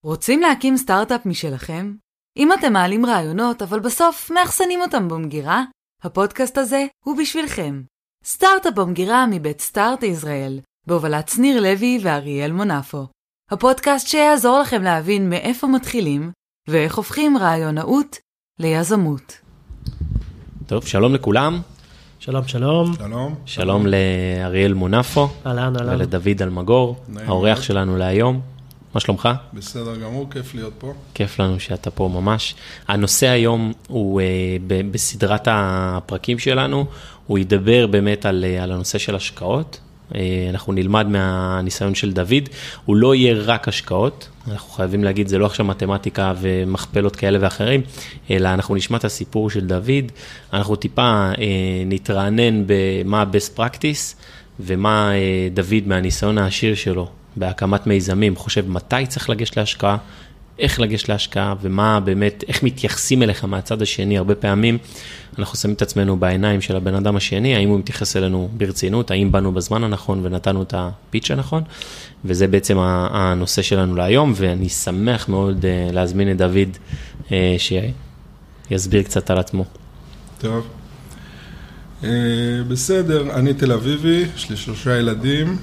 רוצים להקים סטארט-אפ משלכם? אם אתם מעלים רעיונות, אבל בסוף מאחסנים אותם במגירה, הפודקאסט הזה הוא בשבילכם. סטארט-אפ במגירה מבית סטארט ישראל, בהובלת שניר לוי ואריאל מונפו. הפודקאסט שיעזור לכם להבין מאיפה מתחילים, ואיך הופכים רעיונאות ליזמות. טוב, שלום לכולם. שלום, שלום. שלום. שלום לאריאל מונפו. אהלן, אהלן. ולדוד אלמגור, האורח שלנו להיום. מה שלומך? בסדר גמור, כיף להיות פה. כיף לנו שאתה פה ממש. הנושא היום הוא בסדרת הפרקים שלנו, הוא ידבר באמת על הנושא של השקעות. אנחנו נלמד מהניסיון של דוד, הוא לא יהיה רק השקעות, אנחנו חייבים להגיד, זה לא עכשיו מתמטיקה ומכפלות כאלה ואחרים, אלא אנחנו נשמע את הסיפור של דוד, אנחנו טיפה נתרענן במה ה-best practice, ומה דוד מהניסיון העשיר שלו, בהקמת מיזמים, חושב מתי צריך לגשת להשקעה, איך לגשת להשקעה, ומה באמת, איך מתייחסים אליך מהצד השני. הרבה פעמים אנחנו שמים את עצמנו בעיניים של הבן אדם השני, האם הוא מתייחס אלינו ברצינות, האם באנו בזמן הנכון ונתנו את הפיץ' הנכון, וזה בעצם הנושא שלנו להיום, ואני שמח מאוד להזמין את דוד שיסביר קצת על עצמו. טוב. בסדר, אני תל אביבי, יש לי 3 ילדים,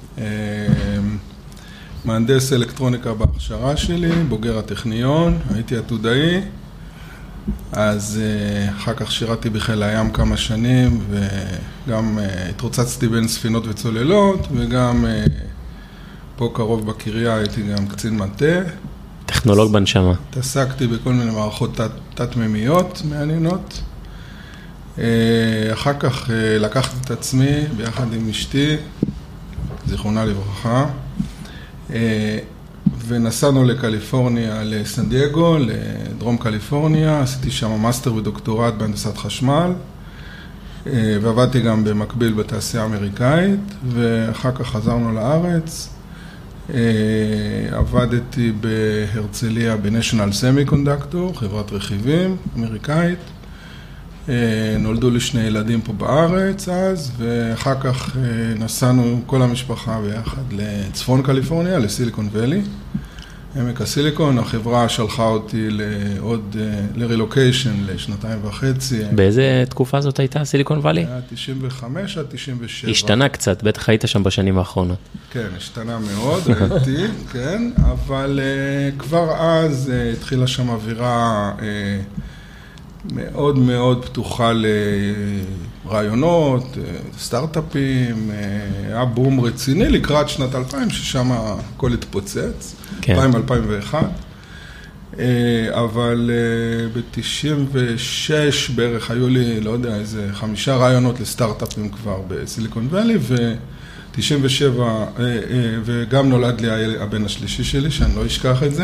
מהנדס אלקטרוניקה בהכשרה שלי, בוגר הטכניון, הייתי עתודאי, אז אחר כך שירתי בחיל הים כמה שנים, וגם התרוצצתי בין ספינות וצוללות, וגם פה קרוב בקריה הייתי גם קצין מטה. טכנולוג בנשמה. התעסקתי בכל מיני מערכות תת-מימיות מעניינות. אחר כך לקחתי את עצמי ביחד עם אשתי, זיכרונה לברכה, ונסענו לקליפורניה, לסן דייגו, לדרום קליפורניה, עשיתי שם מאסטר ודוקטורט בהנדסת חשמל, ועבדתי גם במקביל בתעשייה האמריקאית, ואחר כך חזרנו לארץ, עבדתי בהרצליה בנשיונל סמיקונדקטור, חברת רכיבים אמריקאית, נולדו לי 2 ילדים פה בארץ אז, ואחר כך נסענו כל המשפחה ביחד לצפון קליפורניה, לסיליקון ואלי, עמק הסיליקון. החברה שלחה אותי לרילוקיישן ל2.5 שנים. באיזה תקופה זאת הייתה סיליקון ואלי? היה 95 עד 97. השתנה קצת, בטח היית שם בשנים האחרונות. כן, השתנה מאוד, הייתי, כן, אבל כבר אז התחילה שם אווירה מאוד מאוד פתוחה לרעיונות, סטארט-אפים, היה בום רציני לקראת שנת 2000, ששם הכל התפוצץ, 2000-2001, אבל ב-96 בערך היו לי, לא יודע, איזה 5 רעיונות לסטארט-אפים כבר בסיליקון ואלי, ו-97, וגם נולד לי הבן השלישי שלי, שאני לא אשכח את זה,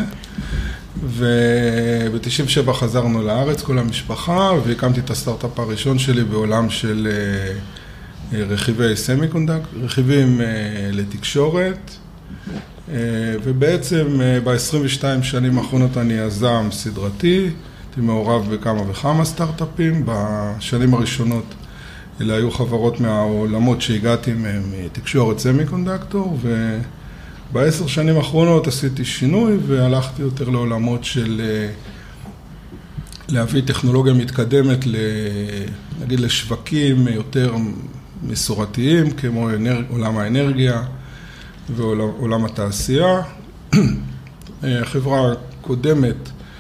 וב-97 חזרנו לארץ, כל המשפחה, והקמתי את הסטארט-אפ הראשון שלי בעולם של רכיבי סמיקונדקטור, רכיבים לתקשורת, ובעצם ב-22 שנים האחרונות אני יזם סדרתי, הייתי מעורב בכמה וכמה סטארט-אפים. בשנים הראשונות אלה היו חברות מהעולמות שהגעתי מתקשורת סמיקונדקטור, ב10 שנים האחרונות עשיתי שינוי והלכתי יותר לעולמות של להביא טכנולוגיה מתקדמת נגיד לשווקים יותר מסורתיים כמו עולם האנרגיה ועולם התעשייה. החברה הקודמת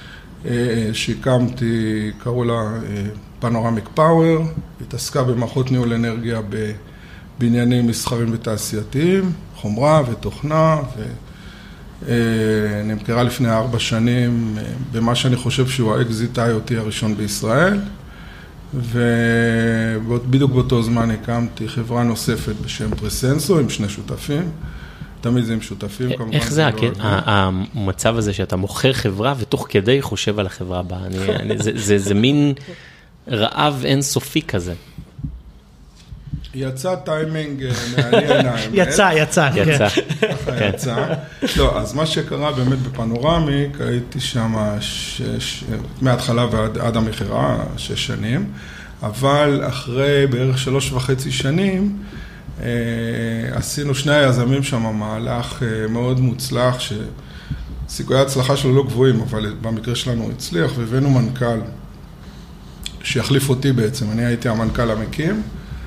שהקמתי קראו לה פנורמיק פאוור, התעסקה במערכות ניהול אנרגיה בבניינים מסחריים ותעשייתיים, חומרה ותוכנה, ונמכרה לפני 4 שנים במה שאני חושב שהוא האקזיט IoT הראשון בישראל, ובדיוק באותו זמן הקמתי חברה נוספת בשם פרסנסו עם 2 שותפים, תמיד זה עם שותפים כמובן. איך זה המצב הזה שאתה מוכר חברה ותוך כדי חושב על החברה הבאה? זה מין רעב אינסופי כזה. יצא טיימינג מעניין. יצא. יצא. לא, אז מה שקרה באמת בפנורמיק, הייתי שם מההתחלה ועד המכירה 6 שנים, אבל אחרי בערך 3.5 שנים, עשינו 2 היזמים שם מהלך מאוד מוצלח, סיכויי ההצלחה שלו לא גבוהים, אבל במקרה שלנו הוא הצליח, והבאנו מנכ"ל שיחליף אותי בעצם. אני הייתי המנכ"ל המקים,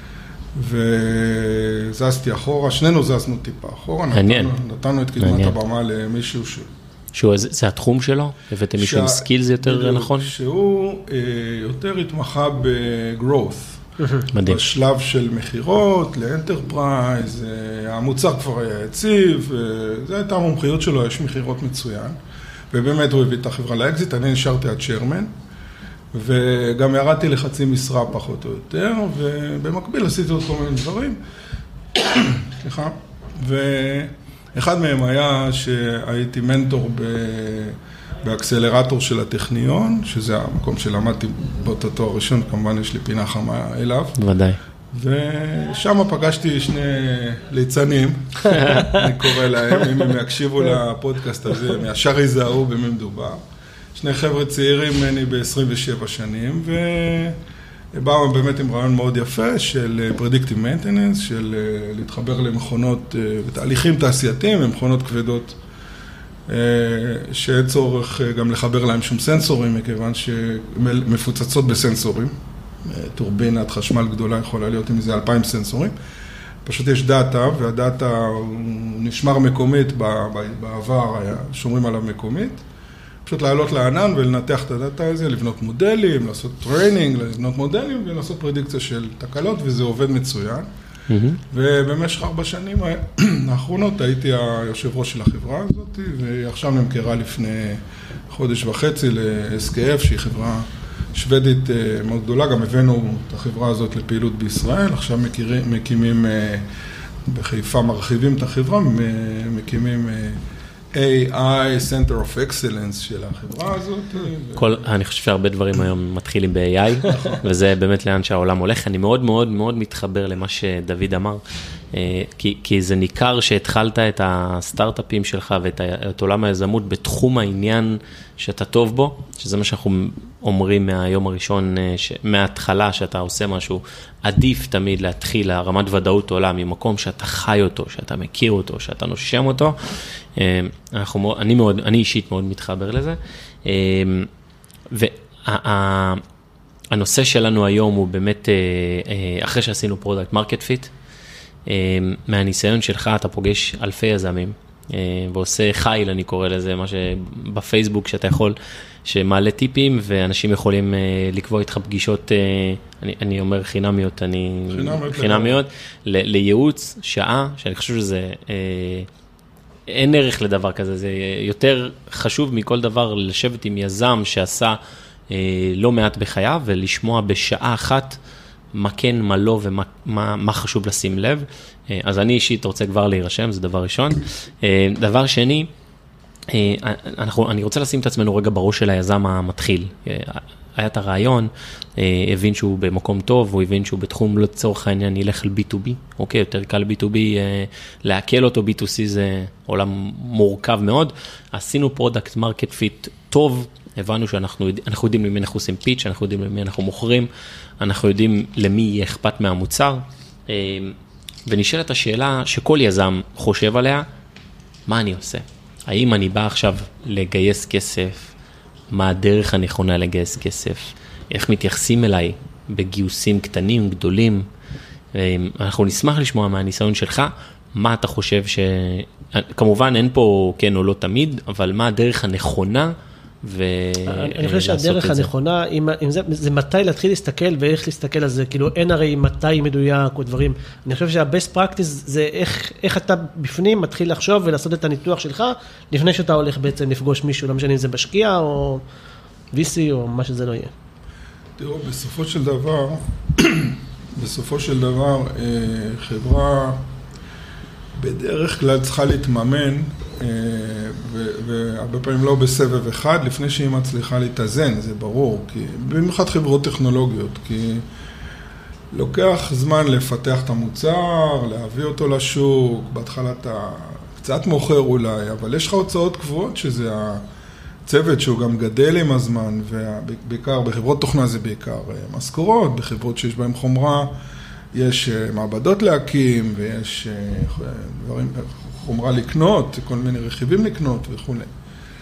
וזזתי אחורה, שנינו זזנו טיפה אחורה, נתנו את קדמת הבמה למישהו זה התחום שלו? הבאתם מישהו עם סקילס יותר נכון? שהוא יותר התמחה ב-growth. מדהים. בשלב של מחירות, לאנטרפרייז, המוצר כבר היה יציב, זו הייתה המומחיות שלו, יש מחירות מצוין, ובאמת הוא הביא את החברה לאקזיט, אני נשארתי עד שרמן, וגם ירדתי לחצי משרה פחות או יותר, ובמקביל עשיתי עוד כל מיני דברים, סליחה, ואחד מהם היה שהייתי מנטור באקסלרטור של הטכניון, שזה המקום שלמדתי באותו תואר ראשון, כמובן יש לי פינה חמה אליו. ודאי. ושם פגשתי שני ליצנים, אני קורא להם, אם הם יקשיבו לפודקאסט הזה, הם ישר יזהרו במי מדובר. שני חבר'ה צעירים ממני ב-27 שנים, ובאו באמת עם רעיון מאוד יפה של Predictive Maintenance, של להתחבר למכונות ותהליכים תעשייתיים, למכונות כבדות, שאין צורך גם לחבר להם שום סנסורים, מכיוון שמפוצצות בסנסורים. טורבינת חשמל גדולה יכולה להיות עם איזה 2,000 סנסורים. פשוט יש דאטה, והדאטה נשמר מקומית בעבר, שומרים עליו מקומית. פשוט לעלות לענן ולנתח את הדאטה הזה, לבנות מודלים, לעשות טריינינג, לבנות מודלים ולעשות פרדיקציה של תקלות, וזה עובד מצוין. ובמשך 4 שנים האחרונות הייתי היושב ראש של החברה הזאת, ועכשיו נמכרה לפני חודש וחצי ל-SKF, שהיא חברה שוודית מאוד גדולה, גם הבאנו את החברה הזאת לפעילות בישראל, עכשיו מקימים בחיפה, מרחיבים את החברה, מקימים AI, Center of Excellence של החברה הזאת. אני חושב שהרבה דברים היום מתחילים ב-AI, וזה באמת לאן שהעולם הולך. אני מאוד מאוד מאוד מתחבר למה שדוד אמר, כי זה ניכר שהתחלת את הסטארט-אפים שלך ואת עולם היזמות בתחום העניין שאתה טוב בו, שזה מה שאנחנו אומרים מהיום הראשון, מההתחלה שאתה עושה משהו, עדיף תמיד להתחיל לרמת ודאות עולם, ממקום שאתה חי אותו, שאתה מכיר אותו, שאתה נושם אותו. אני אישית מאוד מתחבר לזה. והנושא שלנו היום הוא באמת, אחרי שעשינו פרודקט מרקט פיט, מהניסיון שלך אתה פוגש אלפי יזמים, ועושה חייל, אני קורא לזה, מה שבפייסבוק שאתה יכול, שמעלה טיפים, ואנשים יכולים לקבוע איתך פגישות, אני אומר חינמיות, חינמיות, לייעוץ, שעה, שאני חושב שזה, אין ערך לדבר כזה, זה יותר חשוב מכל דבר לשבת עם יזם שעשה לא מעט בחייו, ולשמוע בשעה אחת מה כן, מה לא ומה חשוב לשים לב. אז אני אישית רוצה כבר להירשם, זה דבר ראשון. דבר שני, אני רוצה לשים את עצמנו רגע בראש של היזם המתחיל. היה את הרעיון, הבין שהוא במקום טוב, הוא הבין שהוא בתחום לצורך העניין ילך על B2B, אוקיי, יותר קל B2B, להקל אותו, B2C זה עולם מורכב מאוד. עשינו פרודקט מרקט פיט טוב, הבנו שאנחנו יודעים למי אנחנו עושים פיץ', אנחנו יודעים למי אנחנו מוכרים, אנחנו יודעים למי יהיה אכפת מהמוצר, ונשאלת השאלה שכל יזם חושב עליה, מה אני עושה? האם אני בא עכשיו לגייס כסף? מה הדרך הנכונה לגייס כסף? איך מתייחסים אליי בגיוסים קטנים, גדולים? אנחנו נשמח לשמוע מהניסיון שלך, מה אתה חושב כמובן אין פה כן או לא תמיד, אבל מה הדרך הנכונה אני חושב שהדרך הנכונה, זה מתי להתחיל להסתכל ואיך להסתכל על זה, כאילו אין הרי מתי מדויק או דברים, אני חושב שהבסט פרקטיס זה איך אתה בפנים מתחיל לחשוב ולעשות את הניתוח שלך, לפני שאתה הולך בעצם לפגוש מישהו, לא משנה אם זה משקיע או VC או מה שזה לא יהיה. תראו, בסופו של דבר, חברה בדרך כלל צריכה להתממן, והרבה פעמים לא בסבב אחד, לפני שהיא מצליחה להתאזן, זה ברור, במיוחד חברות טכנולוגיות, כי לוקח זמן לפתח את המוצר, להביא אותו לשוק, בהתחלה אתה קצת מוכר אולי, אבל יש לך הוצאות קבועות שזה הצוות שהוא גם גדל עם הזמן, ובעיקר בחברות תוכנה זה בעיקר משכורות, בחברות שיש בהן חומרה, יש מעבדות להקים, ויש דברים, חומרה לקנות, כל מיני רכיבים לקנות וכו'.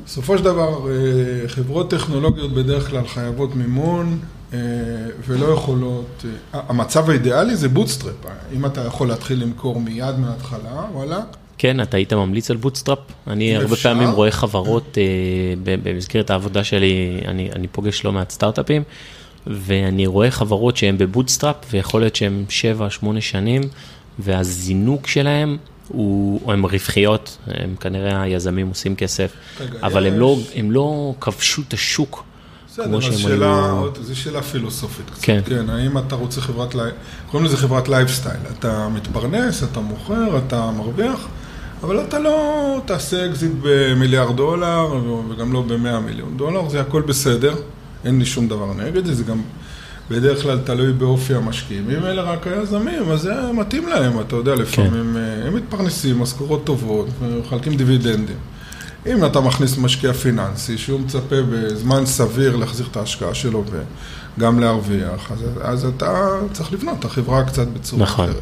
בסופו של דבר, חברות טכנולוגיות בדרך כלל חייבות מימון, ולא יכולות, המצב האידיאלי זה בוטסטראפ, אם אתה יכול להתחיל למכור מיד מההתחלה, וואלה. כן, אתה היית ממליץ על בוטסטראפ? אני הרבה פעמים רואה חברות, במסגרת העבודה שלי, אני פוגש לא מעט סטארט-אפים, ואני רואה חברות שהן בבוטסטראפ, ויכול להיות שהן 7-8 שנים, והזינוק שלהם, הם רווחיות, הם כנראה היזמים עושים כסף, אבל הם לא כבשו את השוק. בסדר, זו שאלה פילוסופית קצת. כן, האם אתה רוצה קוראים לזה חברת לייפסטייל, אתה מתפרנס, אתה מוכר, אתה מרוויח, אבל אתה לא תעשה אקזיט $1 מיליארד, וגם לא $100 מיליון, זה הכל בסדר, אין לי שום דבר נגד, זה גם בדרך כלל תלוי באופי המשקיעים. אם אלה רק היזמים, אז זה מתאים להם, אתה יודע, לפעמים הם מתפרנסים, משכורות טובות, וחלקים דיבידנדים. אם אתה מכניס משקיע פיננסי, שהוא מצפה בזמן סביר להחזיר את ההשקעה שלו וגם להרוויח, אז אתה צריך לבנות את החברה קצת בצורה אחרת.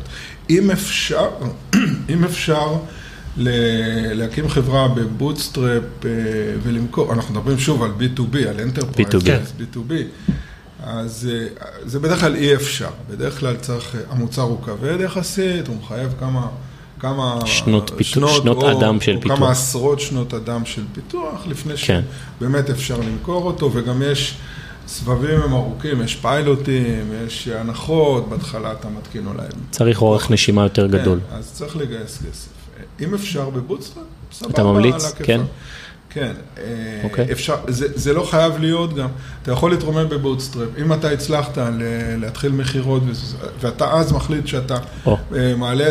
אם אפשר להקים חברה בבוטסטראפ ולמכור, אנחנו מדברים שוב על B2B, על Enterprise, B2B, אז זה בדרך כלל אי אפשר. בדרך כלל צריך, המוצר הוא כבד יחסית, הוא מחייב כמה שנות אדם של פיתוח. כמה עשרות שנות אדם של פיתוח, לפני שבאמת אפשר למכור אותו, וגם יש סבבים הם ארוכים, יש פיילוטים, יש הנחות, בהתחלה אתה מתקין אולי. צריך אורך נשימה יותר גדול. אז צריך לגייס כסף. אם אפשר בבוטסטראפ, סבבה. אתה ממליץ? כן. כן, אפשר, זה לא חייב להיות גם, אתה יכול להתרומם בבוטסטראפ, אם אתה הצלחת להתחיל מחירות, ואתה אז מחליט שאתה מעלה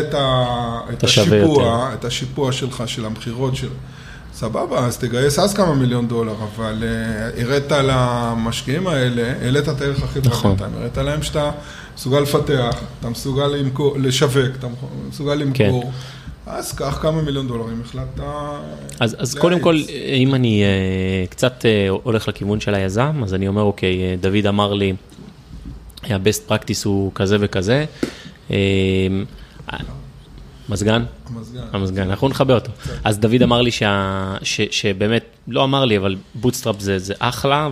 את השיפוע שלך, של המחירות של, סבבה, אז תגייס אז כמה $1 מיליון, אבל הראת למשקיעים האלה, העלית את הערך הכי נכון. הראת להם שאתה מסוגל לפתח, אתה מסוגל לשווק, אתה מסוגל למכור, אז כך כמה $1 מיליון החלטת... אז קודם כל, אם אני קצת הולך לכיוון של היזם, אז אני אומר, אוקיי, דוד אמר לי, ה-best practice הוא כזה וכזה, מזגן? המזגן, אנחנו נחבר אותו. אז דוד אמר לי שבאמת, לא אמר לי, אבל בוטסטראפ זה אחלה,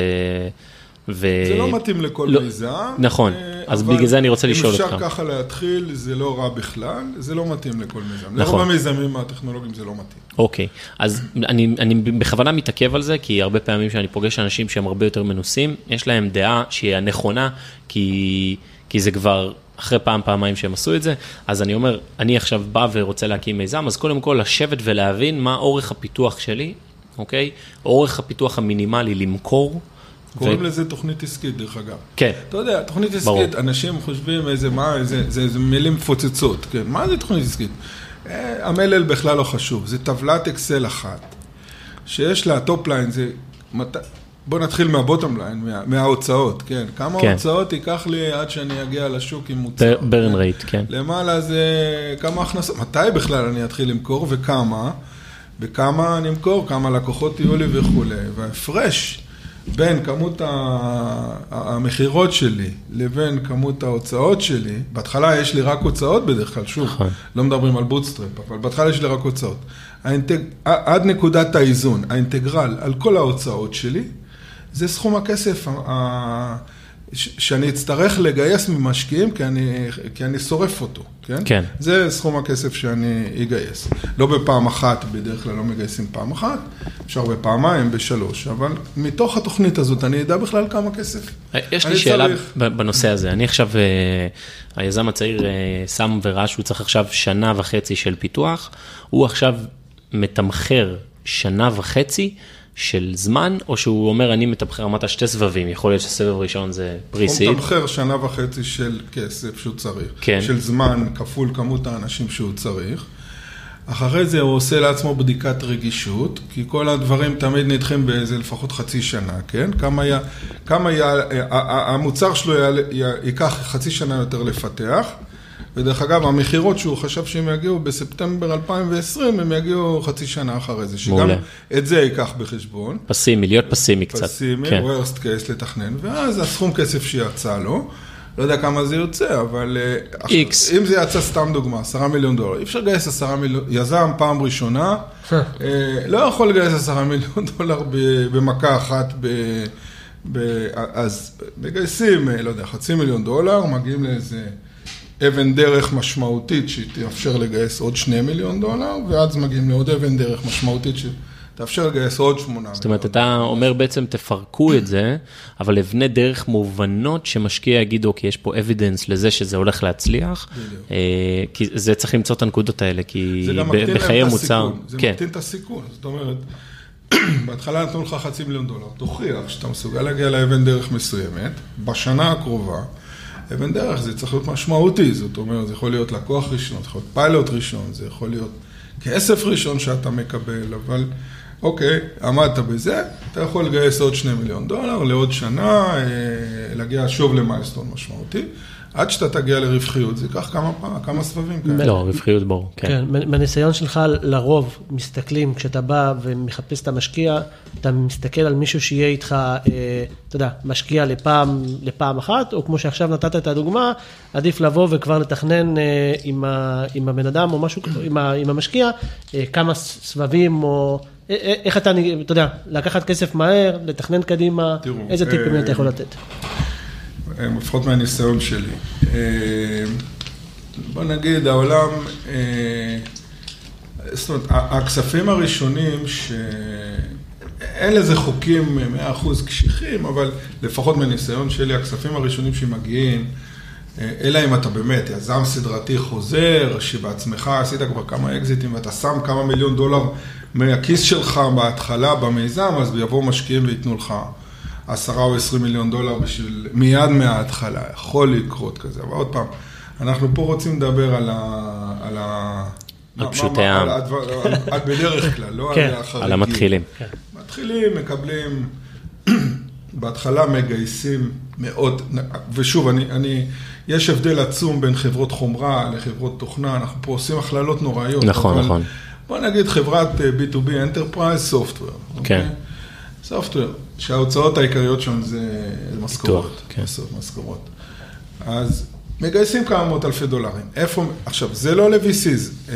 זה לא מתאים לכל מיזם. נכון, אז בגלל זה אני רוצה לשאול אותך. אם אפשר ככה להתחיל, זה לא רע בכלל, זה לא מתאים לכל מיזם. לרוב המיזמים הטכנולוגיים זה לא מתאים. אוקיי, אז אני בכוונה מתעכב על זה, כי הרבה פעמים שאני פוגש אנשים שהם הרבה יותר מנוסים, יש להם דעה שהיא הנכונה, כי זה כבר אחרי פעמיים שהם עשו את זה, אז אני אומר, אני עכשיו בא ורוצה להקים מיזם, אז קודם כל לשבת ולהבין מה אורך הפיתוח שלי, אוקיי? אורך הפיתוח המינימלי למכור, קוראים לזה תוכנית עסקית, דרך אגב. כן. אתה יודע, תוכנית עסקית, אנשים חושבים זה מילים פוצצות, כן. מה זה תוכנית עסקית? המלל בכלל לא חשוב, זה טבלת אקסל אחת, שיש לה טופ ליין, בוא נתחיל מהבוטום ליין, מההוצאות, כן. כמה הוצאות ייקח לי עד שאני אגיע לשוק עם מוצר. ברן רייט, כן. למעלה זה כמה הכנסות, מתי בכלל אני אתחיל למכור וכמה אני אמכור, כמה לקוחות יהיו לי וכו'. וההפרש בין כמות המחירות שלי לבין כמות ההוצאות שלי, בהתחלה יש לי רק הוצאות בדרך כלל, שוב, לא מדברים על בוטסטראפ, אבל בהתחלה יש לי רק הוצאות. עד נקודת האיזון, האינטגרל על כל ההוצאות שלי, זה סכום הכסף שאני אצטרך לגייס ממשקיעים, כי אני שורף אותו, כן? כן. זה סכום הכסף שאני אגייס. לא בפעם אחת, בדרך כלל לא מגייסים פעם אחת, אפשר בפעמיים, בשלוש, אבל מתוך התוכנית הזאת אני אדע בכלל כמה כסף. יש לי שאלה בנושא הזה. אני עכשיו, היזם הצעיר שם וראה שהוא צריך עכשיו 1.5 שנה של פיתוח, הוא עכשיו מתמחר 1.5 שנה של זמן, או שהוא אומר, אני מתמחר רמת 2 סבבים, יכול להיות שסבב ראשון זה פריסיד. הוא מתמחר 1.5 שנה של כסף שהוא צריך, כן. של זמן כפול כמות האנשים שהוא צריך. אחרי זה הוא עושה לעצמו בדיקת רגישות, כי כל הדברים תמיד נדחים באיזה לפחות 0.5 שנה, כן? כמה המוצר שלו ייקח 0.5 שנה יותר לפתח, ודרך אגב, המחירות שהוא חשב שהם יגיעו בספטמבר 2020, הם יגיעו 0.5 שנה אחרי זה, שגם את זה ייקח בחשבון. פסימי, להיות פסימי קצת. פסימי, worst case לתכנן, ואז הסכום כסף שיצא לו, לא יודע כמה זה יוצא, אבל אם זה יצא סתם דוגמה, $10 מיליון, אי אפשר לגייס 10 מיליון, יזם פעם ראשונה, לא יכול לגייס 10 מיליון דולר במכה אחת, אז מגייסים, לא יודע, $500,000, מגיעים לאיזה אבן דרך משמעותית שתאפשר לגייס עוד $2 מיליון, ואז מגיעים לעוד אבן דרך משמעותית תאפשר לגייס עוד 8 מיליון. זאת אומרת, אתה אומר בעצם תפרקו את זה, אבל לבני דרך מובנות שמשקיע יגידו, כי יש פה אבידנס לזה שזה הולך להצליח, כי זה צריך למצוא את הנקודות האלה, כי בחיי מוצר. זה מקטין את הסיכון, זאת אומרת, בהתחלה נתנו לך $500,000, תוכיח שאתה מסוגל להגיע לאבן דרך מסוימת, בשנה הקרובה, אבן דרך זה צריך להיות משמעותי, זאת אומרת, זה יכול להיות לקוח ראשון, זה יכול להיות פיילוט ראשון, זה יכול להיות כסף ראשון שאתה מקבל, אבל אוקיי, עמדת בזה, אתה יכול לגייס עוד $2 מיליון לעוד שנה, להגיע שוב למיילסטון משמעותי, עד שאתה תגיע לרווחיות, זה ייקח כמה סבבים כאלה. לא, רווחיות בור, כן. כן, בניסיון שלך לרוב מסתכלים, כשאתה בא ומחפש את המשקיע, אתה מסתכל על מישהו שיהיה איתך, אתה יודע, משקיע לפעם אחת, או כמו שעכשיו נתת את הדוגמה, עדיף לבוא וכבר לתכנן עם הבן אדם או משהו, עם המשקיע, כמה סבבים או איך אתה יודע, לקחת כסף מהר, לתכנן קדימה, איזה טיפים אתה יכול לתת? לפחות מהניסיון שלי. בוא נגיד, העולם, זאת אומרת, הכספים הראשונים אין לזה חוקים 100% קשיחים, אבל לפחות מהניסיון שלי, הכספים הראשונים שמגיעים, אלא אם אתה באמת יזם סדרתי חוזר, שבעצמך עשית כבר כמה אקזיטים, ואתה שם כמה $1 מיליון מהכיס שלך בהתחלה במיזם, אז יבואו משקיעים ויתנו לך 10 או 20 $20 מיליון בשביל מיד מההתחלה, יכול לקרות כזה. אבל עוד פעם, אנחנו פה רוצים לדבר על פשוטי העם. בדרך כלל, לא על החריגים. על המתחילים. מתחילים, מקבלים, בהתחלה מגייסים מאוד, ושוב, יש הבדל עצום בין חברות חומרה לחברות תוכנה, אנחנו פה עושים הכללות נוראיות. נכון, נכון. בוא נגיד חברת B2B Enterprise Software. כן. סופטוור, שההוצאות העיקריות שם זה משכורות. כן. משכורות. אז מגייסים כמה $100,000. איפה, עכשיו, זה לא ל-VCs.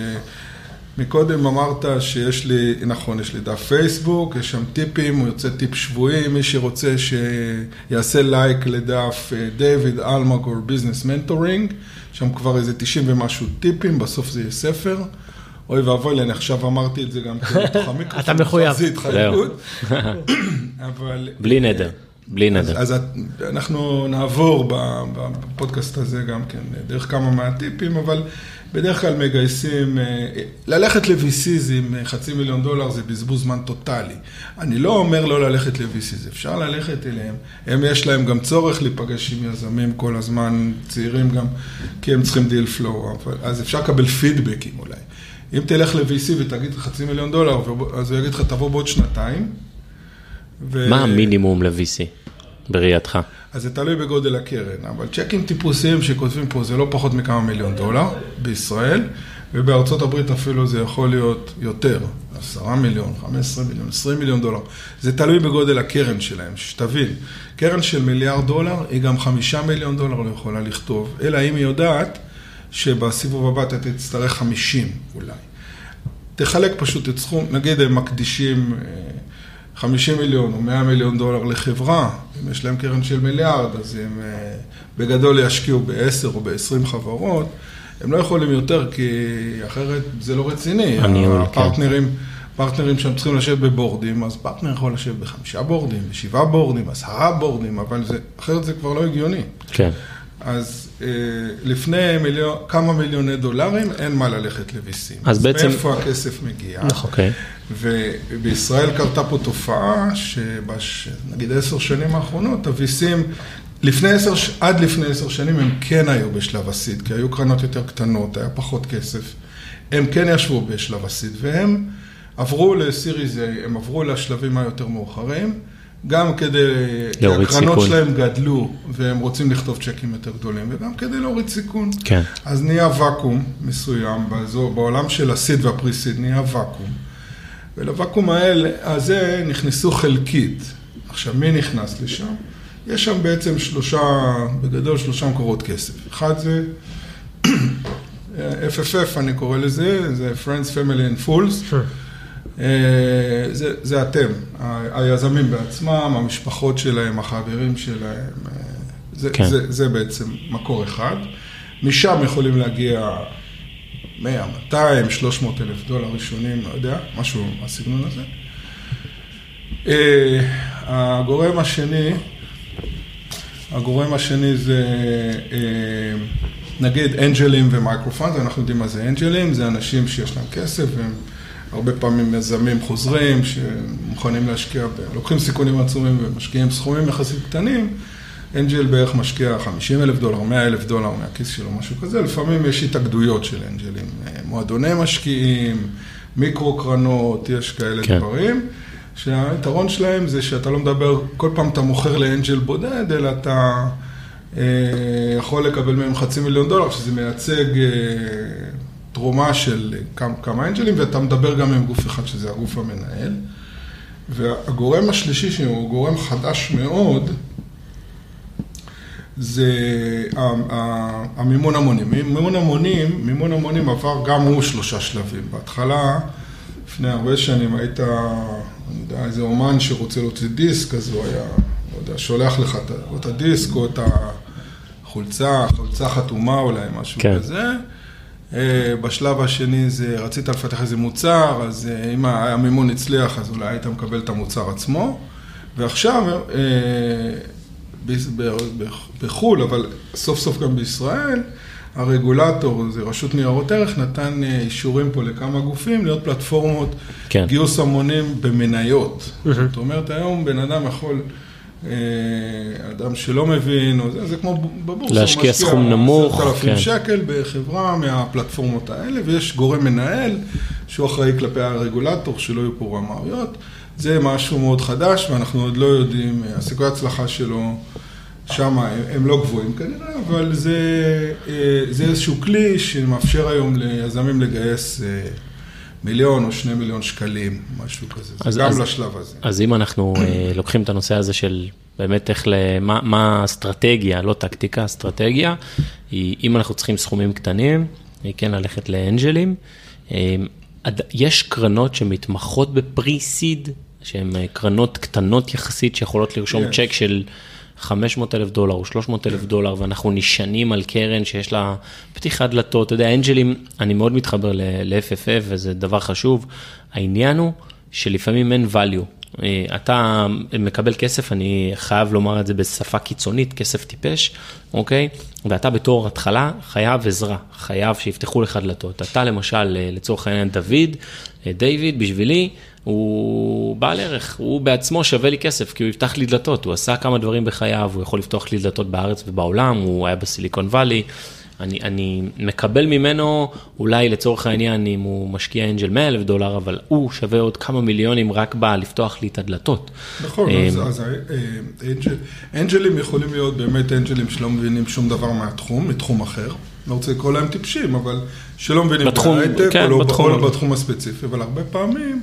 מקודם אמרת שיש לי, נכון, יש לי דף פייסבוק, יש שם טיפים, הוא יוצא טיפ שבועי, מי שרוצה שיעשה לייק לדף דיוויד אלמגור ביזנס מנטורינג, שם כבר איזה 90 ומשהו טיפים, בסוף זה יהיה ספר. אוי ואבוי לי, אני עכשיו אמרתי את זה גם כתוך המיקרופון. אתה מחויב. זה התחייבות. בלי נדר. בלי נדר. אז אנחנו נעבור בפודקאסט הזה גם כן, דרך כמה מהטיפים, אבל בדרך כלל מגייסים, ללכת ל-VCs עם $500,000 זה בזבוז זמן טוטלי. אני לא אומר לא ללכת ל-VCs, אפשר ללכת אליהם. יש להם גם צורך להיפגש עם יזמים כל הזמן, צעירים גם, כי הם צריכים דיל פלואו, אז אפשר לקבל פידבקים אולי. אם תלך ל-VC ותגיד $500,000, אז הוא יגיד לך, תבוא בעוד 2 מה המינימום ל-VC בראייתך? אז זה תלוי בגודל הקרן, אבל צ'קים טיפוסיים שכותבים פה זה לא פחות מכמה $1,000,000 בישראל, ובארצות הברית אפילו זה יכול להיות יותר, 10 מיליון, 15 מיליון, 20 מיליון דולר. זה תלוי בגודל הקרן שלהם, שתבין. קרן של $1 מיליארד היא גם 5 מיליון דולר לא יכולה לכתוב, אלא אם היא יודעת שבסיבוב הבא אתה תצטרך 50 אולי. תחלק פשוט את סכום, נגיד הם מקדישים 50 מיליון או 100 מיליון דולר לחברה, אם יש להם קרן של $1 מיליארד, אז הם בגדול ישקיעו ב10 או ב20 חברות, הם לא יכולים יותר, כי אחרת זה לא רציני. הפרטנרים שהם צריכים לשבת בבורדים, אז פרטנר יכול לשבת ב5 בורדים, ב7 בורדים, 10 בורדים, אבל אחרת זה כבר לא הגיוני. כן. אז לפני כמה $1,000,000 אין מה ללכת ל-VC. אז בעצם... מאיפה הכסף מגיע? אוקיי. ובישראל קרתה פה תופעה שנגיד 10 שנים האחרונות, ה-VCים עד לפני 10 שנים הם כן היו בשלב הסיד, כי היו קרנות יותר קטנות, היה פחות כסף. הם כן ישבו בשלב הסיד, והם עברו לסיריז A, הם עברו לשלבים היותר מאוחרים, גם כדי, כי הקרנות שלהם גדלו, והם רוצים לכתוב צ'קים יותר גדולים, וגם כדי להוריד סיכון. כן. אז נהיה וקום מסוים, בעולם של הסיד והפריסיד נהיה וקום. ולוואקום הזה נכנסו חלקית. עכשיו, מי נכנס לשם? יש שם בעצם בגדול שלושה מקורות כסף. אחד זה FFF, אני קורא לזה, זה Friends, Family and Fools. זה אתם, היזמים בעצמם, המשפחות שלהם, החברים שלהם, זה בעצם מקור אחד. משם יכולים להגיע 100, 200, 300 אלף דולר ראשונים, לא יודע, משהו מהסגנון הזה. הגורם השני זה נגיד אנג'לים ומייקרופונד, אנחנו יודעים מה זה אנג'לים, זה אנשים שיש להם כסף והם הרבה פעמים יזמים חוזרים שמוכנים להשקיע, לוקחים סיכונים עצומים ומשקיעים סכומים יחסית קטנים, אנג'ל בערך משקיע 50,000 דולר, 100,000 דולר מהכיס שלו, משהו כזה, לפעמים יש התאגדויות של אנג'לים, מועדוני משקיעים, מיקרו קרנות, יש כאלה דברים, שהיתרון שלהם זה שאתה לא מדבר, כל פעם אתה מוכר לאנג'ל בודד, אלא אתה יכול לקבל מהם $500,000, שזה מייצג תרומה של כמה אנג'לים, ואתה מדבר גם עם גוף אחד, שזה הגוף המנהל. והגורם השלישי, שהוא גורם חדש מאוד, זה המימון המונים. מימון המונים עבר גם הוא 3 שלבים. בהתחלה, לפני הרבה שנים, היית, אני יודע, איזה אומן שרוצה להוציא דיסק, אז הוא היה, לא יודע, שולח לך את הדיסק או את החולצה חתומה אולי, משהו כזה. בשלב השני זה, רצית לפתח איזה מוצר, אז אם המימון הצליח, אז אולי היית מקבל את המוצר עצמו. ועכשיו, בחול, אבל סוף סוף גם בישראל, הרגולטור, זה רשות ניירות ערך, נתן אישורים פה לכמה גופים, להיות פלטפורמות גיוס המונים במניות. זאת אומרת, היום בן אדם יכול, אדם שלא מבין, זה כמו בבורסה, להשקיע סכום נמוך, 10,000 שקל בחברה מהפלטפורמות האלה, ויש גורם מנהל שהוא אחראי כלפי הרגולטור, שלא יהיו פה רמאויות. זה משהו מאוד חדש, ואנחנו עוד לא יודעים, הסיכוי ההצלחה שלו שם הם לא גבוהים כנראה, אבל זה איזשהו כלי שמאפשר היום ליזמים לגייס 1,000,000 או 2 מיליון שקלים, משהו כזה, גם לשלב הזה. אז אם אנחנו לוקחים את הנושא הזה של באמת איך, מה האסטרטגיה, לא טקטיקה, אסטרטגיה, אם אנחנו צריכים סכומים קטנים, כן ללכת לאנג'לים, יש קרנות שמתמחות בפרי-סיד, שהן קרנות קטנות יחסית, שיכולות לרשום צ'ק של $500,000 או $300,000, ואנחנו נשענים על קרן שיש לה פתיחת דלתות. אתה יודע, אנג'לים, אני מאוד מתחבר ל-FFF, וזה דבר חשוב. העניין הוא שלפעמים אין value. אתה מקבל כסף, אני חייב לומר את זה בשפה קיצונית, כסף טיפש, אוקיי? ואתה בתור התחלה חייב עזרה, חייב שיפתחו לך דלתות. אתה למשל, לצורך העניין דיוויד, בשבילי, הוא בעל ערך, הוא בעצמו שווה לי כסף, כי הוא יפתח לי דלתות, הוא עשה כמה דברים בחייו, הוא יכול לפתוח לי דלתות בארץ ובעולם, הוא היה בסיליקון ואלי, אני מקבל ממנו, אולי לצורך העניין, אם הוא משקיע אנג'ל $100,000, אבל הוא שווה עוד כמה מיליונים רק בא לפתוח לי את הדלתות. נכון, אז אנג'לים יכולים להיות באמת אנג'לים שלא מבינים שום דבר מהתחום, מתחום אחר, לא רוצה לקרוא להם טיפשים, אבל שלא מבינים בהייטק, או לא בתחום הספציפי, אבל הרבה פעמים,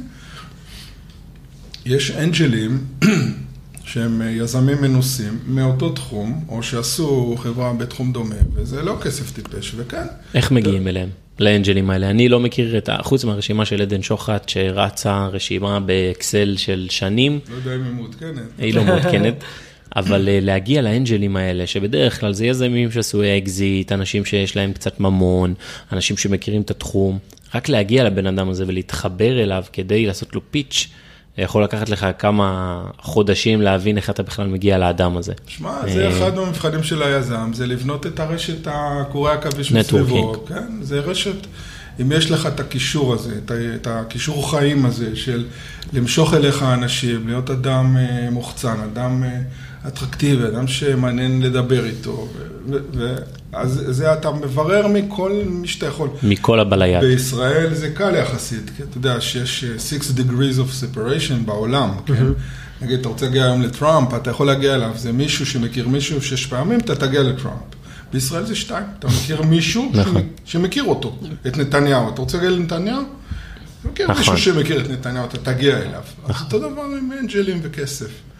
יש אנג'לים שהם יזמים מנוסים מאותו תחום, או שעשו חברה בתחום דומה, וזה לא כסף טיפש, וכן. איך מגיעים אליהם, לאנג'לים האלה? אני לא מכיר חוץ מהרשימה של עדן שוחט, שרצה רשימה באקסל של שנים. לא יודע אם היא מעודכנת. היא לא מעודכנת, אבל להגיע לאנג'לים האלה, שבדרך כלל זה יזמים שעשו אקזיט, אנשים שיש להם קצת ממון, אנשים שמכירים את התחום, רק להגיע לבן אדם הזה ולהתחבר אליו כדי לעשות לו פיץ', יכול לקחת לך כמה חודשים להבין איך אתה בכלל מגיע לאדם הזה. שמע, זה אחד מהמבחנים של היזם, זה לבנות את הרשת הקורי עכביש מסביבו, כן? זה רשת, אם יש לך את הקישור הזה, את הקישור חיים הזה, של למשוך אליך אנשים, להיות אדם מוחצן, אדם אטרקטיבי, אדם שמעניין לדבר איתו, אז זה אתה מברר מכל מי שאתה יכול. מכל הבליית. בישראל זה קל יחסית, כי אתה יודע שיש 6 degrees of separation בעולם, כן? נגיד, אתה רוצה להגיע היום לטראמפ, אתה יכול להגיע אליו, זה מישהו שמכיר מישהו 6 פעמים, אתה תגיע לטראמפ. בישראל זה 2, אתה מכיר מישהו שמכיר אותו, את נתניהו. אתה רוצה להגיע לנתניהו? אתה מכיר מישהו שמכיר את נתניהו, אתה תגיע אליו. אז אותו דבר עם אנג'לים וכסף.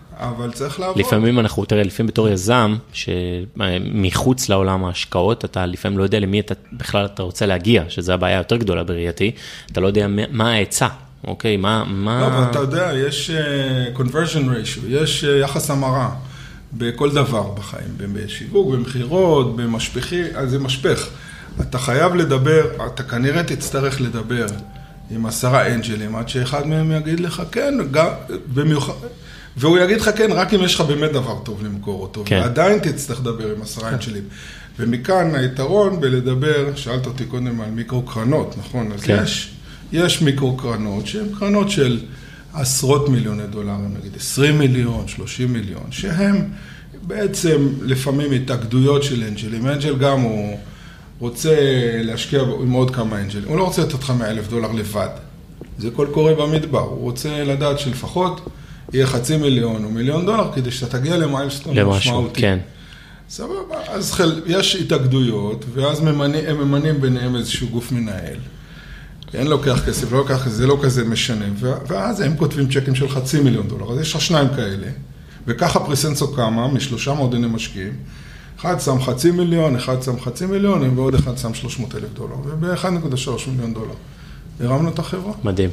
אבל צריך לעבוד. לפעמים אנחנו, תראה, לפעמים בתור יזם, שמחוץ לעולם ההשקעות, אתה לפעמים לא יודע למי אתה בכלל אתה רוצה להגיע, שזו הבעיה יותר גדולה בראייתי, אתה לא יודע מה ההיצע, אוקיי? מה... לא, אבל אתה יודע, יש conversion ratio, יש יחס המרה בכל דבר בחיים, בשיווק, במחירות, במשפחי, אז זה משפך. אתה חייב לדבר, אתה כנראה תצטרך לדבר עם 10 אנג'לים, עד שאחד מהם יגיד לך כן, במיוחד, והוא יגיד לך כן, רק אם יש לך באמת דבר טוב למכור אותו, כן. ועדיין תצטרך לדבר עם 10 אנג'לים. ומכאן היתרון בלדבר, שאלת אותי קודם על מיקרו קרנות, נכון? אז כן. יש מיקרו קרנות, שהן קרנות של עשרות מיליוני דולרים, נגיד 20 מיליון, 30 מיליון, שהם בעצם לפעמים התאגדויות של אנג'לים. אנג'ל גם הוא רוצה להשקיע עם עוד כמה אנג'לים. הוא לא רוצה לתת לך $100,000 לבד. זה כל קורה במדבר. הוא רוצה לדעת שלפחות יהיה $500,000 או $1,000,000 כדי שאתה תגיע למיילסטון משמעותי. כן. סבבה. אז יש התאגדויות, ואז הם ממנים ביניהם איזשהו גוף מנהל. אין לוקח כסף, לא לוקח כסף, זה לא כזה משנה. ואז הם כותבים צ'קים של $500,000. אז יש לך 2 כאלה, וככה פריסנסו קמה מ3 מועדוני משקיעים. אחד שם $500,000, אחד שם $500,000, ועוד אחד שם $300,000. וב$1.3 מיליון. הרמנו את החברה. מדהים.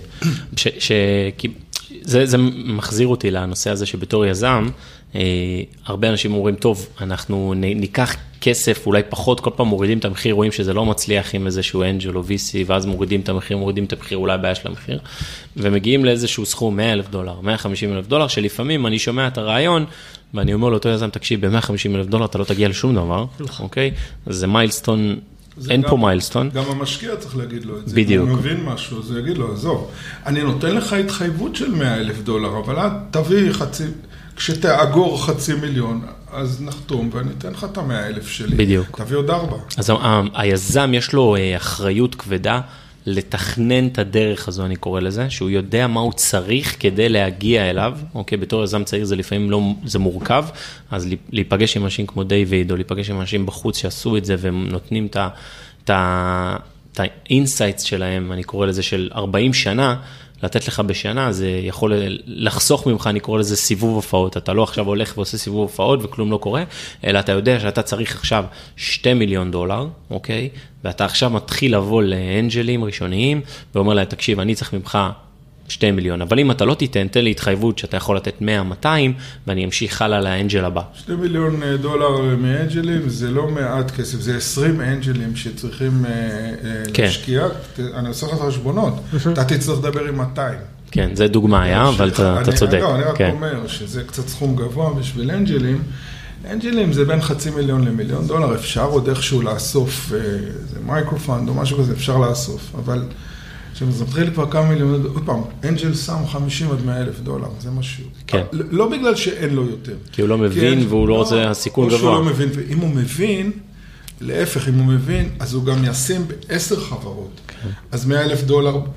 זה מחזיר אותי לנושא הזה שבתור יזם, הרבה אנשים אומרים, טוב, אנחנו ניקח כסף, אולי פחות, כל פעם מורידים את המחיר, רואים שזה לא מצליח עם איזשהו אנג'ל או VC, ואז מורידים את המחיר, אולי הבעיה של המחיר, ומגיעים לאיזשהו סכום $100,000, $150,000, שלפעמים אני שומע את הרעיון, ואני אומר לאותו יזם, תקשיב, ב$150,000 אתה לא תגיע לשום דבר, אוקיי? אז זה מיילסטון, אין פה מיילסטון. גם המשקיע צריך להגיד לו את זה. בדיוק. אם הוא מבין משהו, אז הוא יגיד לו, עזוב, אני נותן לך התחייבות של $100,000, אבל תביא כשתאגור $500,000, אז נחתום ואני אתן לך את $100,000 שלי. בדיוק. תביא עוד 4. אז היזם יש לו אחריות כבדה לתכנן את הדרך הזו, אני קורא לזה, שהוא יודע מה הוא צריך כדי להגיע אליו, אוקיי, בתור יזם צעיר זה לפעמים לא, זה מורכב, אז להיפגש עם אנשים כמו דיוויד, או להיפגש עם אנשים בחוץ שעשו את זה, והם נותנים את האינסייטס שלהם, אני קורא לזה של 40 שנה, לתת לך בשנה, זה יכול לחסוך ממך, אני קורא לזה סיבוב הופעות, אתה לא עכשיו הולך ועושה סיבוב הופעות וכלום לא קורה, אלא אתה יודע שאתה צריך עכשיו $2 מיליון, אוקיי? ואתה עכשיו מתחיל לבוא לאנג'לים ראשוניים, ואומר להם, תקשיב, אני צריך ממך $2 מיליון, אבל אם אתה לא תיתן, תן לי התחייבות שאתה יכול לתת 100-200, ואני אמשיך הלאה לאנג'ל הבא. $2 מיליון מאנג'לים, זה לא מעט כסף, זה 20 אנג'לים שצריכים להשקיע, אני עושה לך את החשבונות, אתה תצטרך לדבר עם 200. כן, זה דוגמה היה, אבל אתה צודק. לא, אני רק אומר שזה קצת סכום גבוה בשביל אנג'לים, אנג'לים זה בין $500,000 ל$1 מיליון, אפשר עוד איכשהו לאסוף, זה מייקרופנד או משהו כזה, אפשר לאסוף, אבל זה מתחיל כבר כמה מיליון, עוד פעם, אנג'ל שם $50,000 עד $100,000, זה משהו. כן. לא בגלל שאין לו יותר. כי הוא לא מבין והוא לא רוצה הסיכון גבוה. או שהוא לא מבין, ואם הוא מבין, להפך, אם הוא מבין, אז הוא גם ישים ב10 חברות. כן. אז $100,000,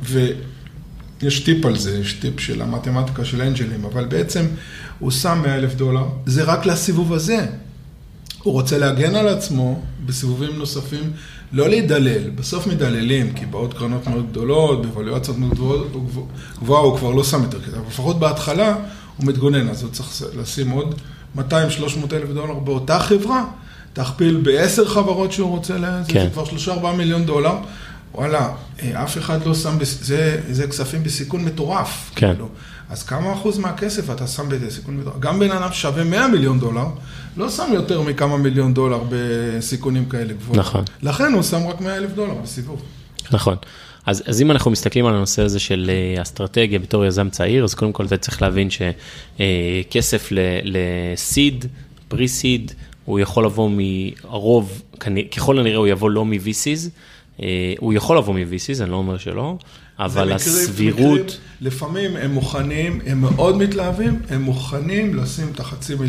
ויש טיפ על זה, יש טיפ של המתמטיקה של אנג'לים, אבל בעצם הוא שם $100,000, זה רק לסיבוב הזה. הוא רוצה להגן על עצמו בסיבובים נוספים, לא להידלל, בסוף מדללים, כי באות קרנות מאוד גדולות, בוואלואציות מאוד גבוהה, הוא כבר לא שם יותר כזה, אבל לפחות בהתחלה הוא מתגונן, אז הוא צריך לשים עוד $200,000-300,000 באותה חברה, תכפיל ב10 חברות שהוא רוצה, זה כבר $3-4 מיליון, וואלה, אף אחד לא שם, זה כספים בסיכון מטורף. כן. אז כמה אחוז מהכסף אתה שם בסיכון מטורף? גם בן אדם שווה $100 מיליון, לא שם יותר מכמה $1 מיליון בסיכונים כאלה גבוהים. נכון. לכן הוא שם רק $100,000 בסיבוב. נכון. אז אם אנחנו מסתכלים על הנושא הזה של אסטרטגיה בתור יזם צעיר, אז קודם כל אתה צריך להבין שכסף לסיד, פרי-סיד, הוא יכול לבוא מהרוב, ככל הנראה הוא יבוא לא מ-VCs, הוא יכול לבוא מ-VCs, אני לא אומר שלא, אבל הסבירות... לפעמים הם מוכנים, הם מאוד מתלהבים, הם מוכנים לשים את $500,000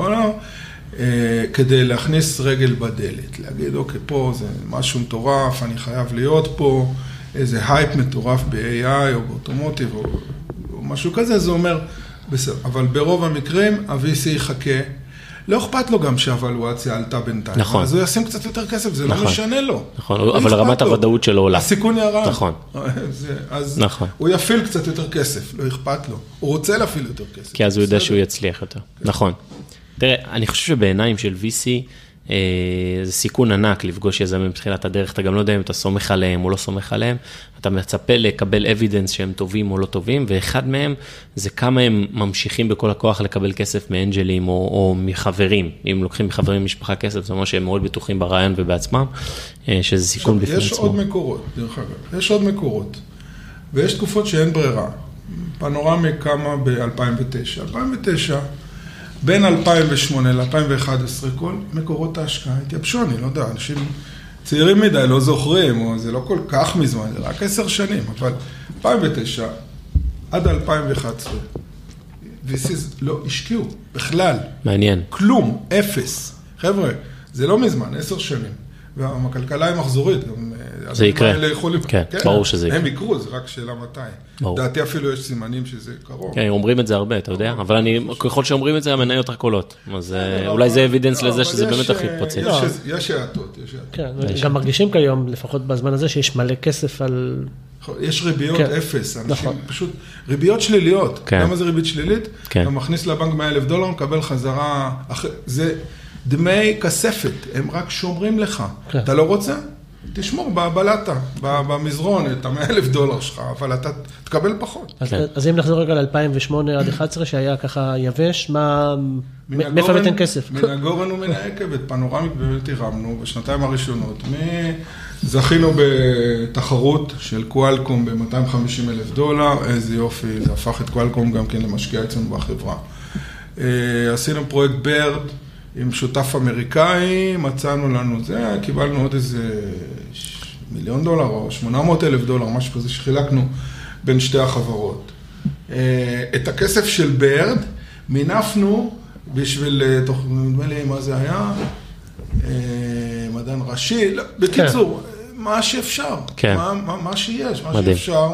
כדי להכניס רגל בדלת, להגיד, אוקיי, פה זה משהו מטורף, אני חייב להיות פה, איזה הייפ מטורף ב-AI או באוטומוטיב או משהו כזה, זה אומר, בסדר. אבל ברוב המקרים, ה-VC יחכה, לא אכפת לו גם שהאבלואציה עלתה בינתיים. נכון. אז הוא ישים קצת יותר כסף, זה לא משנה לו. נכון, אבל רמת הוודאות שלו עולה. הסיכון ירד. נכון. אז הוא יפיל קצת יותר כסף, לא אכפת לו. הוא רוצה להפיל יותר כסף. כי אז הוא יודע שהוא יצליח יותר. נכון. תראה, אני חושב שבעיניים של VC, זה סיכון ענק לפגוש יזמים בתחילת הדרך, אתה גם לא יודע אם אתה סומך עליהם או לא סומך עליהם, אתה מצפה לקבל אבידנס שהם טובים או לא טובים, ואחד מהם זה כמה הם ממשיכים בכל הכוח לקבל כסף מאנג'לים או מחברים, אם לוקחים מחברים ממשפחה כסף, זאת אומרת שהם מאוד בטוחים ברעיון ובעצמם, שזה סיכון בפני עצמו. יש עוד מקורות, דרך אגב, יש עוד מקורות, ויש תקופות שאין ברירה. פנורמי קמה ב-2009. 2009, בין 2008 ל-2011, כל מקורות ההשקעה התייבשו, אני לא יודע, אנשים צעירים מדי לא זוכרים, או זה לא כל כך מזמן, זה רק 10 שנים, אבל 2009 עד 2011, VCs לא השקיעו בכלל. מעניין. כלום, אפס. חבר'ה, זה לא מזמן, 10 שנים. והכלכלה היא מחזורית. זה יקרה. כן, ברור שזה יקרה. הם יקרו, זה רק שאלה מתי. דעתי אפילו יש סימנים שזה קרוב. כן, אומרים את זה הרבה, אתה יודע, אבל ככל שאומרים את זה, המניות רק עולות. אז אולי זה אבידנס לזה שזה באמת הכי פוצץ. יש העתות, יש העתות. כן, גם מרגישים כיום, לפחות בזמן הזה, שיש מלא כסף על... יש ריביות אפס, אנשים פשוט, ריביות שליליות. למה זה ריבית שלילית? אתה מכניס לבנק $100,000, מקבל חזרה, זה דמי כספת, הם רק שומרים לך. אתה לא רוצה? תשמור בבלטה, במזרון, את $100,000 שלך, אבל אתה תקבל פחות. אז אם נחזור רגע ל-2008 עד 2011, שהיה ככה יבש, מאיפה הבאתם כסף? מן הגורן ומן היקב, את פנורמית באמת הרמנו, בשנתיים הראשונות, זכינו בתחרות של קואלקום ב-$250,000, איזה יופי, זה הפך את קואלקום גם כן למשקיע אצלנו בחברה. עשינו פרויקט ברד, עם שותף אמריקאי, מצאנו לנו זה, קיבלנו עוד איזה $1,000,000 או $800,000, משהו כזה שחילקנו בין שתי החברות. את הכסף של ברד מינפנו בשביל, נדמה לי מה זה היה, מדען ראשי, בקיצור, מה שאפשר, מה שיש, מה שאפשר,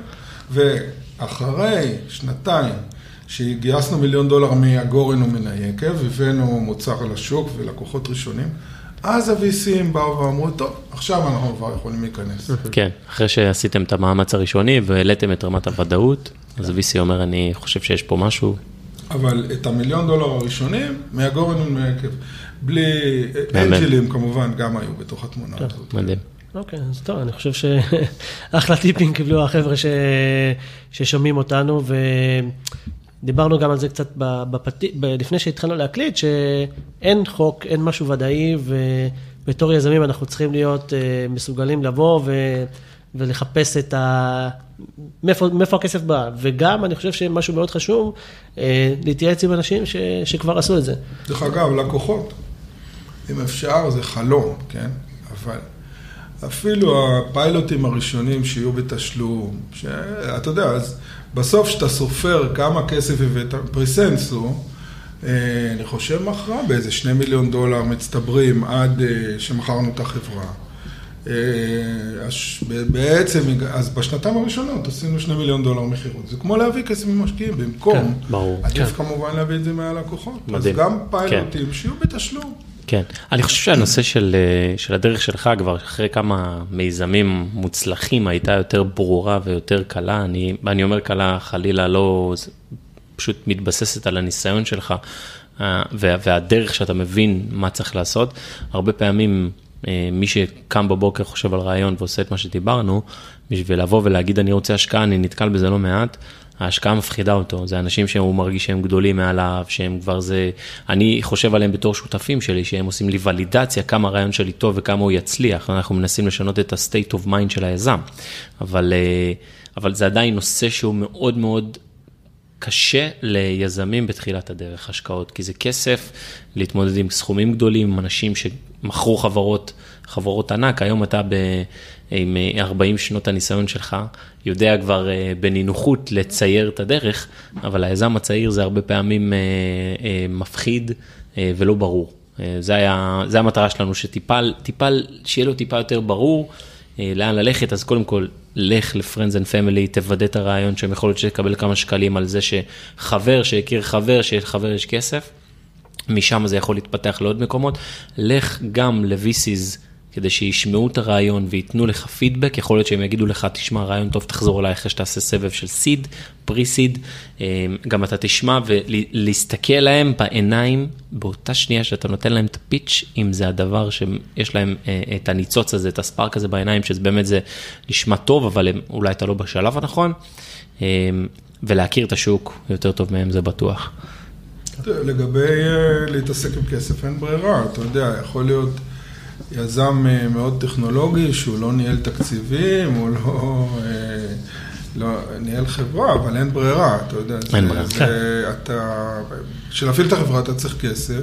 ואחרי שנתיים, שגייסנו $1,000,000 מהגורן ומן היקב, הבאנו מוצר על השוק ולקוחות ראשונים, אז ה-VCים באו ואמרו, טוב, עכשיו אנחנו כבר יכולים להיכנס. כן, אחרי שעשיתם את המאמץ הראשוני והעליתם את רמת הוודאות, אז ה-VC אומר, אני חושב שיש פה משהו. אבל את $1,000,000 הראשונים, מהגורן ומן היקב, בלי אנג'לים כמובן, גם היו בתוך התמונה הזאת. מדהים. אוקיי, אז טוב, אני חושב שאחלה טיפים קיבלו החבר'ה ששומעים אותנו, דיברנו גם על זה קצת לפני שהתחלנו להקליט, שאין חוק, אין משהו ודאי, ובתור יזמים אנחנו צריכים להיות מסוגלים לבוא ולחפש את מאיפה הכסף בא. וגם אני חושב שמשהו מאוד חשוב, להתייעץ עם אנשים שכבר עשו את זה. דרך אגב, לקוחות, אם אפשר, זה חלום, כן? אבל אפילו הפיילוטים הראשונים שיהיו בתשלום, אתה יודע, אז בסוף שאתה סופר כמה כסף הבאת, פריסנסו, אני חושב מחרה באיזה $2,000,000 מצטברים עד שמכרנו את החברה. בעצם, אז בשנתיים הראשונות עשינו $2,000,000 מחירות. זה כמו להביא כסף ממשקיעים, במקום, עדיף כמובן להביא את זה מהלקוחות. אז גם פיילוטים שיהיו בתשלום. כן, אני חושב שהנושא של הדרך שלך, כבר אחרי כמה מיזמים מוצלחים, הייתה יותר ברורה ויותר קלה. אני אומר קלה, חלילה לא, פשוט מתבססת על הניסיון שלך, והדרך שאתה מבין מה צריך לעשות. הרבה פעמים, מי שקם בבוקר חושב על רעיון ועושה את מה שדיברנו, בשביל לבוא ולהגיד אני רוצה השקעה, אני נתקל בזה לא מעט, ההשקעה מפחידה אותו, זה אנשים שהוא מרגיש שהם גדולים מעליו, שהם כבר זה, אני חושב עליהם בתור שותפים שלי, שהם עושים לי ולידציה, כמה הרעיון שלי טוב וכמה הוא יצליח, אנחנו מנסים לשנות את ה-state of mind של היזם, אבל זה עדיין נושא שהוא מאוד מאוד קשה ליזמים בתחילת הדרך, השקעות, כי זה כסף להתמודד עם סכומים גדולים, עם אנשים שמכרו חברות ענק, היום אתה עם 40 שנות הניסיון שלך, יודע כבר בנינוחות לצייר את הדרך, אבל היזם הצעיר זה הרבה פעמים מפחיד ולא ברור. זה המטרה שלנו, שיהיה לו טיפה יותר ברור, לאן ללכת, אז קודם כל, לך ל-Friends and Family, תוודא את הרעיון, שהם יכול להיות שתקבל כמה שקלים על זה שחבר, שהכיר חבר, שיש חבר יש כסף, משם זה יכול להתפתח לעוד מקומות, לך גם ל-VCs, כדי שישמעו את הרעיון ויתנו לך פידבק, יכול להיות שהם יגידו לך, תשמע, רעיון טוב, תחזור אליי אחרי שתעשה סבב של סיד, פרי-סיד, גם אתה תשמע ולהסתכל להם בעיניים, באותה שנייה שאתה נותן להם את הפיץ', אם זה הדבר שיש להם את הניצוץ הזה, את הספארק הזה בעיניים, שבאמת זה נשמע טוב, אבל אולי אתה לא בשלב הנכון, ולהכיר את השוק יותר טוב מהם, זה בטוח. לגבי להתעסק עם כסף, אין ברירה, אתה יודע, יכול להיות יזם מאוד טכנולוגי, שהוא לא ניהל תקציבים, הוא לא ניהל חברה, אבל אין ברירה, אתה יודע. אין ברירה. בשביל להפעיל את החברה אתה צריך כסף,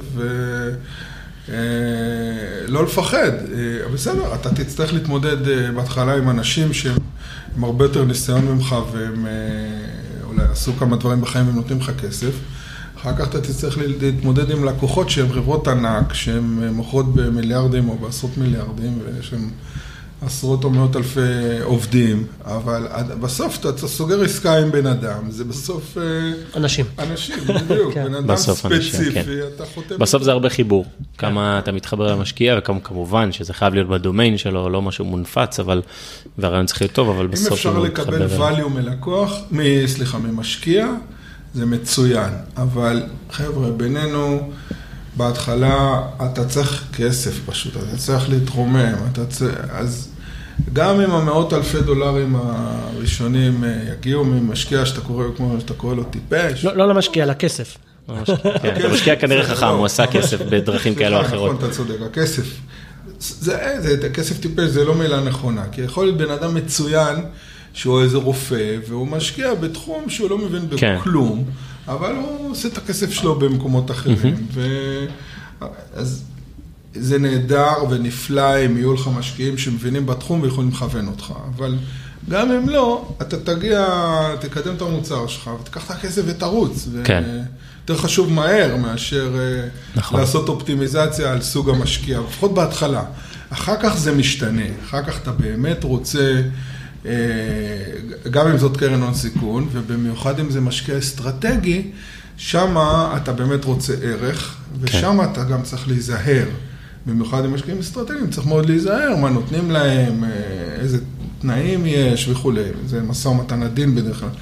ולא לפחד. בסדר, אתה תצטרך להתמודד בהתחלה עם אנשים שהם הרבה יותר ניסיון ממך, והם אולי עשו כמה דברים בחיים והם נותנים לך כסף. אחר כך אתה תצטרך להתמודד עם לקוחות שהם חברות ענק, שהן מוכרות במיליארדים או בעשרות מיליארדים, ויש להם עשרות או מאות אלפי עובדים, אבל בסוף אתה סוגר עסקה עם בן אדם, זה בסוף... אנשים. אנשים, בדיוק, בן אדם ספציפי, אתה חותם... בסוף זה הרבה חיבור, כמה אתה מתחבר למשקיע, וכמובן שזה חייב להיות בדומיין שלו, לא משהו מונפץ, והרעיון צריך להיות טוב, אבל בסוף... אם אפשר לקבל value מלקוח, ממשקיע, זה מצוין, אבל חבר'ה, בינינו, בהתחלה אתה צריך כסף פשוט, אתה צריך להתרומם, אז גם אם המאות אלפי דולרים הראשונים יגיעו ממשקיע שאתה קורא לו טיפש. לא למשקיע, לכסף. המשקיע כנראה חכם, הוא עשה כסף בדרכים כאלה או אחרות. נכון, אתה צודק, הכסף. כסף טיפש זה לא מילה נכונה, כי יכול להיות בן אדם מצוין, שהוא איזה רופא, והוא משקיע בתחום שהוא לא מבין בכלום, אבל הוא עושה את הכסף שלו במקומות אחרים. אז זה נהדר ונפלא אם יהיו לך משקיעים שמבינים בתחום ויכולים לכוון אותך. אבל גם אם לא, אתה תקדם את המוצר שלך ותיקח את הכסף ותרוץ. יותר חשוב מהר מאשר לעשות אופטימיזציה על סוג המשקיע, לפחות בהתחלה. אחר כך זה משתנה. אחר כך אתה באמת רוצה... גם אם זאת קרן הון סיכון, ובמיוחד אם זה משקיע אסטרטגי, שמה אתה באמת רוצה ערך, ושמה אתה גם צריך להיזהר. במיוחד אם משקיעים אסטרטגיים, צריך מאוד להיזהר, מה נותנים להם, איזה תנאים יש וכו'. זה משא ומתן עדין בדרך כלל.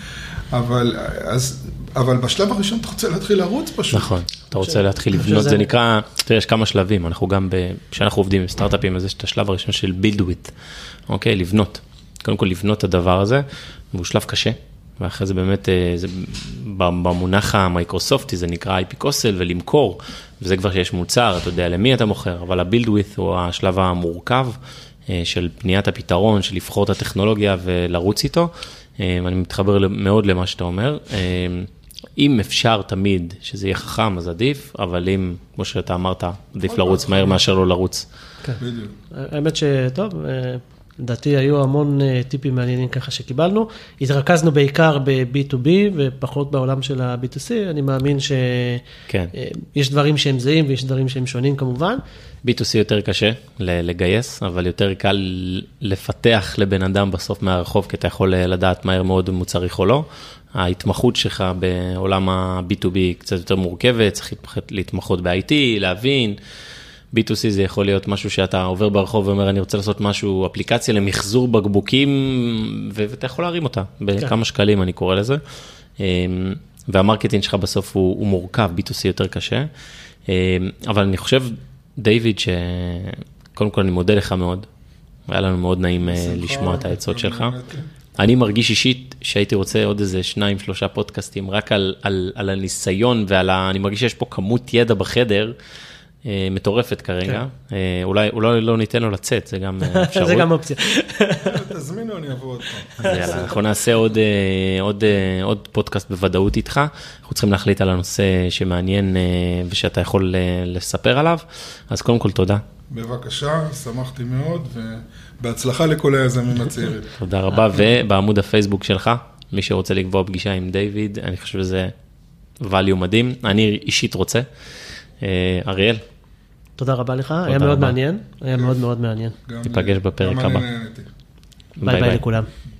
אבל בשלב הראשון אתה רוצה להתחיל לרוץ פשוט. נכון, אתה רוצה להתחיל לבנות, זה נקרא, תראה, יש כמה שלבים, אנחנו גם, כשאנחנו עובדים עם סטארט-אפים, אז יש את השלב הראשון של build with, אוקיי, לבנות. קודם כל לבנות את הדבר הזה, והוא שלב קשה, ואחרי זה באמת, במונח המייקרוסופטי, זה נקרא אייפיקוסל, ולמכור, וזה כבר שיש מוצר, אתה יודע למי אתה מוכר, אבל ה-build with הוא השלב המורכב, של בניית הפתרון, של לבחור את הטכנולוגיה ולרוץ איתו, אני מתחבר מאוד למה שאתה אומר, אם אפשר תמיד שזה יהיה חכם, אז עדיף, אבל אם, כמו שאתה אמרת, עדיף לרוץ מהר מאשר לא לרוץ. האמת שטוב, לדעתי היו המון טיפים מעניינים ככה שקיבלנו, התרכזנו בעיקר ב-B2B ופחות בעולם של ה-B2C, אני מאמין שיש דברים שהם זהים ויש דברים שהם שונים כמובן. B2C יותר קשה לגייס, אבל יותר קל לפתח לבן אדם בסוף מהרחוב, כי אתה יכול לדעת מהר מאוד אם הוא צריך או לא. ההתמחות שלך בעולם ה-B2B קצת יותר מורכבת, צריך להתמחות ב-IT, להבין. B2C זה יכול להיות משהו שאתה עובר ברחוב ואומר, אני רוצה לעשות משהו, אפליקציה למחזור בקבוקים, ואתה יכול להרים אותה בכמה שקלים, אני קורא לזה. והמרקטינג שלך בסוף הוא מורכב, B2C יותר קשה. אבל אני חושב, דיוויד, שקודם כל אני מודה לך מאוד. היה לנו מאוד נעים לשמוע את העצות שלך. אני מרגיש אישית שהייתי רוצה עוד איזה 2-3 פודקאסטים, רק על הניסיון, אני מרגיש שיש פה כמות ידע בחדר, מטורפת כרגע. אולי לא ניתן לו לצאת, זה גם אפשרות. זה גם אופציה. תזמינו, אני אבוא עוד פעם. אז יאללה, אנחנו נעשה עוד פודקאסט בוודאות איתך. אנחנו צריכים להחליט על הנושא שמעניין ושאתה יכול לספר עליו. אז קודם כל תודה. בבקשה, שמחתי מאוד, ובהצלחה לכל היזמים הצעירים. תודה רבה, ובעמוד הפייסבוק שלך, מי שרוצה לקבוע פגישה עם דיוויד, אני חושב שזה value מדהים. אני אישית רוצה. אריאל. תודה רבה לך, היה מאוד מעניין, היה מאוד מאוד מעניין. ניפגש בפרק הבא. ביי ביי לכולם.